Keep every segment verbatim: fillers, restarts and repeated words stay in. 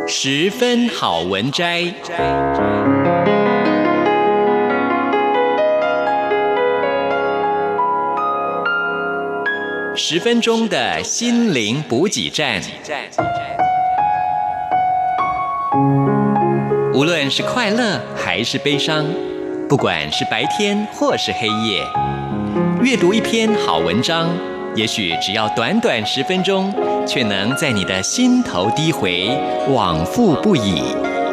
十分好文摘。十分钟的心灵补给站。无论是快乐还是悲伤，不管是白天或是黑夜，阅读一篇好文章，也许只要短短十分钟，却能在你的心头低回，往复不已。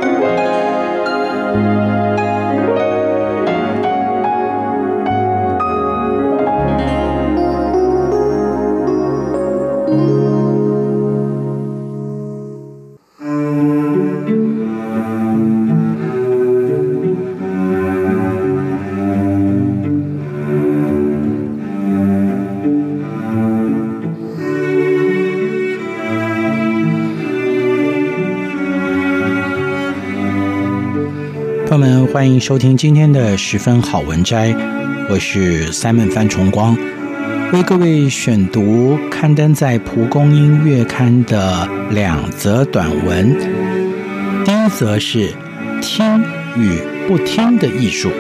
朋友们，欢迎收听今天的十分好文摘，我是 Simon 范崇光，为各位选读刊登在蒲公英月刊的两则短文。第一则是听与不听的艺术。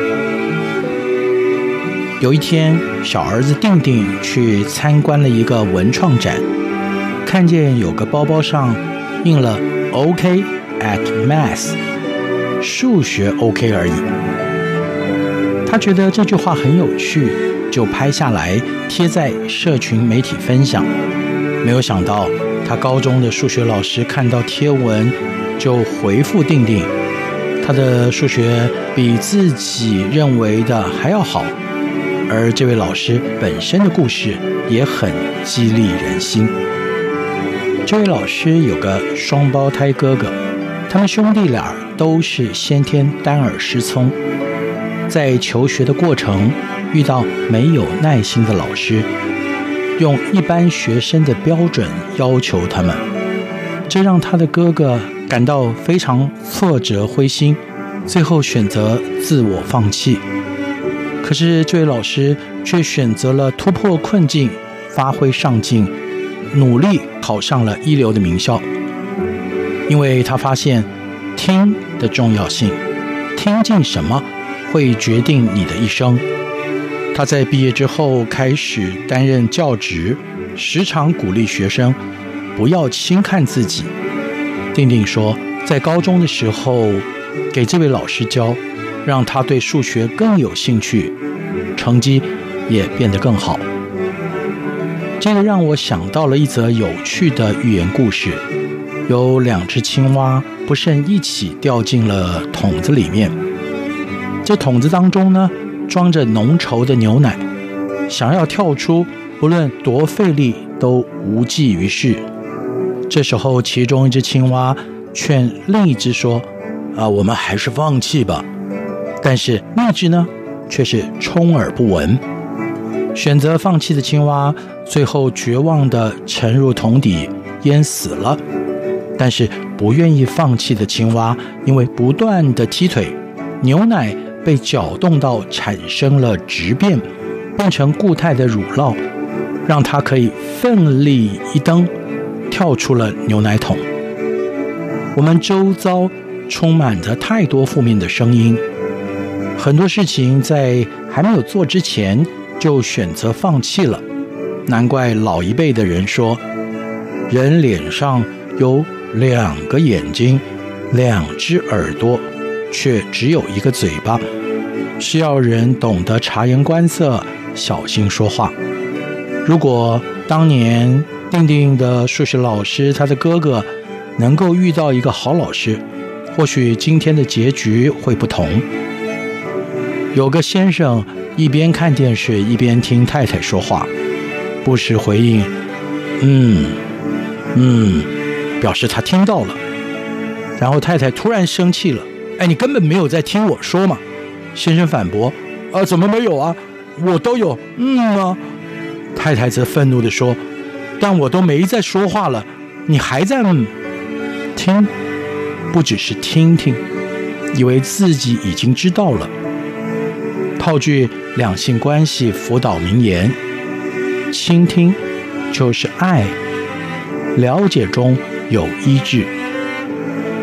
有一天，小儿子定定去参观了一个文创展，看见有个包包上印了 OK at Math，数学 OK 而已。他觉得这句话很有趣，就拍下来贴在社群媒体分享。没有想到他高中的数学老师看到贴文就回复定定，他的数学比自己认为的还要好，而这位老师本身的故事也很激励人心。这位老师有个双胞胎哥哥，他们兄弟俩都是先天单耳失聪，在求学的过程遇到没有耐心的老师，用一般学生的标准要求他们，这让他的哥哥感到非常挫折灰心，最后选择自我放弃。可是这位老师却选择了突破困境，发挥上进，努力考上了一流的名校。因为他发现听的重要性，听进什么会决定你的一生。他在毕业之后开始担任教职，时常鼓励学生不要轻看自己。定定说，在高中的时候给这位老师教，让他对数学更有兴趣，成绩也变得更好。这个让我想到了一则有趣的寓言故事。有两只青蛙不慎一起掉进了桶子里面，这桶子当中呢装着浓稠的牛奶，想要跳出不论多费力都无济于事。这时候其中一只青蛙劝另一只说啊，我们还是放弃吧。但是另一只呢却是充耳不闻。选择放弃的青蛙最后绝望地沉入桶底淹死了。但是不愿意放弃的青蛙因为不断的踢腿，牛奶被搅动到产生了质变，变成固态的乳酪，让它可以奋力一蹬跳出了牛奶桶。我们周遭充满着太多负面的声音，很多事情在还没有做之前就选择放弃了。难怪老一辈的人说，人脸上有两个眼睛，两只耳朵，却只有一个嘴巴，是要人懂得察言观色，小心说话。如果当年定定的数学老师他的哥哥能够遇到一个好老师，或许今天的结局会不同。有个先生一边看电视一边听太太说话，不时回应嗯嗯，表示他听到了。然后太太突然生气了，哎，你根本没有在听我说嘛。先生反驳，啊，怎么没有啊，我都有嗯啊。太太则愤怒地说，但我都没在说话了，你还在嗯。听不只是听听，以为自己已经知道了。套句两性关系辅导名言，倾听就是爱，了解中有医治。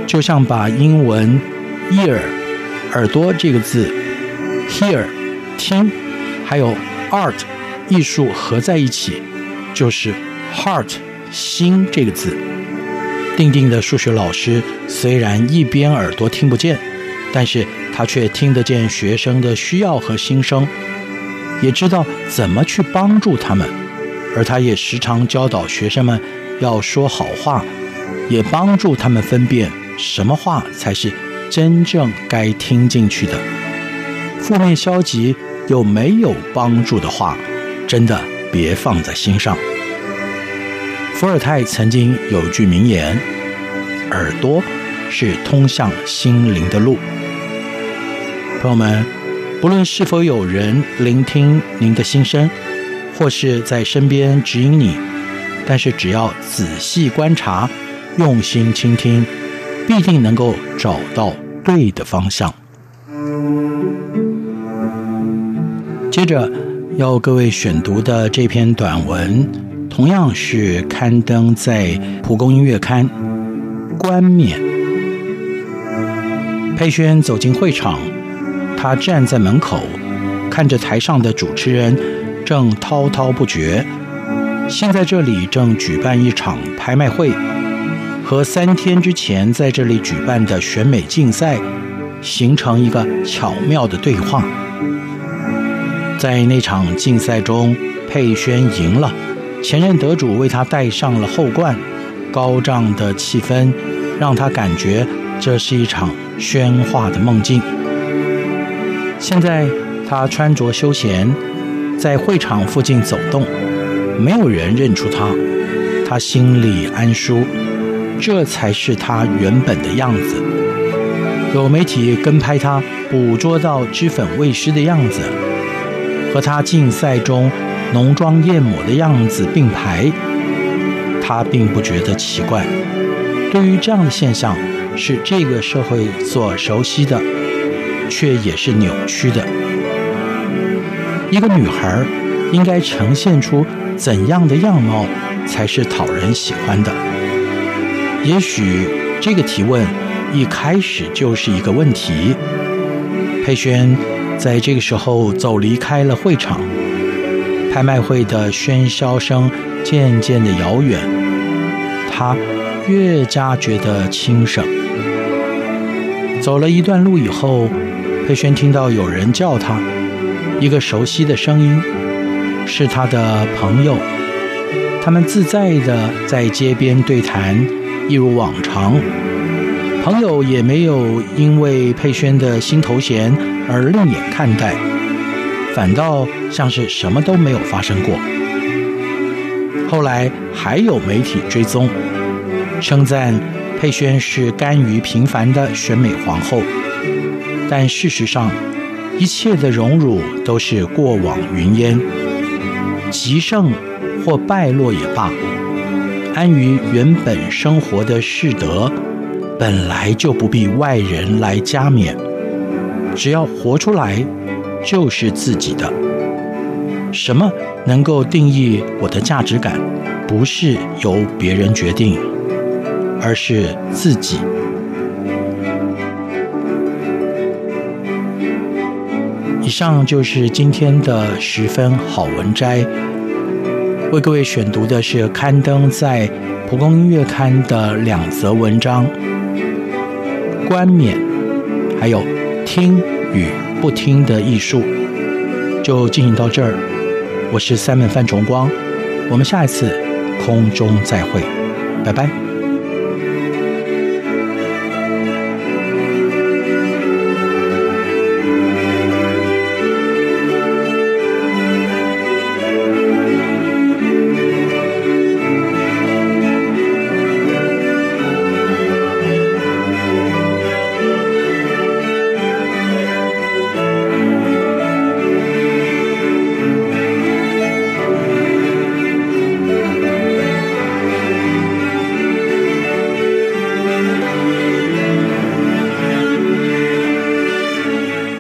就像把英文 ear 耳朵这个字 hear 听还有 art 艺术合在一起，就是 heart 心这个字。定定的数学老师虽然一边耳朵听不见，但是他却听得见学生的需要和心声，也知道怎么去帮助他们，而他也时常教导学生们要说好话，也帮助他们分辨什么话才是真正该听进去的，负面消极又没有帮助的话，真的别放在心上。伏尔泰曾经有句名言，耳朵是通向心灵的路。朋友们，不论是否有人聆听您的心声，或是在身边指引你，但是只要仔细观察，用心倾听，必定能够找到对的方向。接着要各位选读的这篇短文，同样是刊登在蒲公英月刊，冠冕。佩轩走进会场，他站在门口，看着台上的主持人正滔滔不绝。现在这里正举办一场拍卖会，和三天之前在这里举办的选美竞赛形成一个巧妙的对话。在那场竞赛中，佩轩赢了，前任得主为他戴上了后冠，高涨的气氛让他感觉这是一场喧哗的梦境。现在他穿着休闲，在会场附近走动，没有人认出他，他心里安舒，这才是他原本的样子。有媒体跟拍他捕捉到脂粉未施的样子，和他竞赛中浓妆艳抹的样子并排，他并不觉得奇怪。对于这样的现象，是这个社会所熟悉的，却也是扭曲的。一个女孩应该呈现出怎样的样貌才是讨人喜欢的？也许这个提问一开始就是一个问题。佩轩在这个时候走离开了会场，拍卖会的喧嚣声渐渐的遥远，他越加觉得轻省。走了一段路以后，佩轩听到有人叫他，一个熟悉的声音，是他的朋友。他们自在的在街边对谈，一如往常。朋友也没有因为佩轩的新头衔而另眼看待，反倒像是什么都没有发生过。后来还有媒体追踪，称赞佩轩是甘于平凡的选美皇后，但事实上一切的荣辱都是过往云烟，极盛或败落也罢，安于原本生活的士德本来就不必外人来加冕，只要活出来就是自己的。什么能够定义我的价值感，不是由别人决定，而是自己。以上就是今天的十分好文摘，为各位选读的是刊登在蒲公英月刊的两则文章，冠冕还有听与不听的艺术。就进行到这儿，我是三门范崇光，我们下一次空中再会，拜拜。